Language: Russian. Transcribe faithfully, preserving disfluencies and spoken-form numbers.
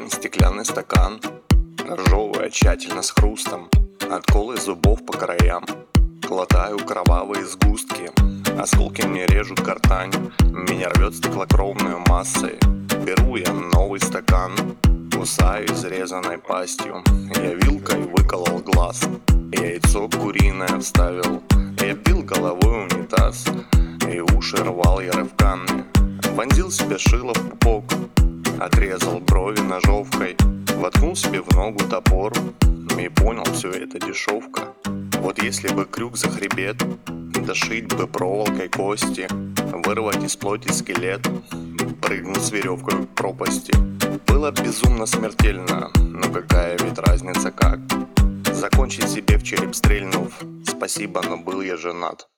Стеклянный стакан, разжевывая тщательно с хрустом, отколы зубов по краям. Глотаю кровавые сгустки, осколки мне режут гортань. Меня рвет стеклокровную массой. Беру я новый стакан, кусаю изрезанной пастью. Я вилкой выколол глаз, яйцо куриное вставил. Я бил головой унитаз, и уши рвал я рывками. Вонзил себе шило в пупок, отрезал брови ножовкой. Воткнул себе в ногу топор и понял, все это дешевка. Вот если бы крюк за хребет, дошить бы проволокой кости, вырвать из плоти скелет, прыгнуть с веревкой к пропасти. Было безумно смертельно, но какая ведь разница как. Закончить себе в череп стрельнув, спасибо, но был я женат.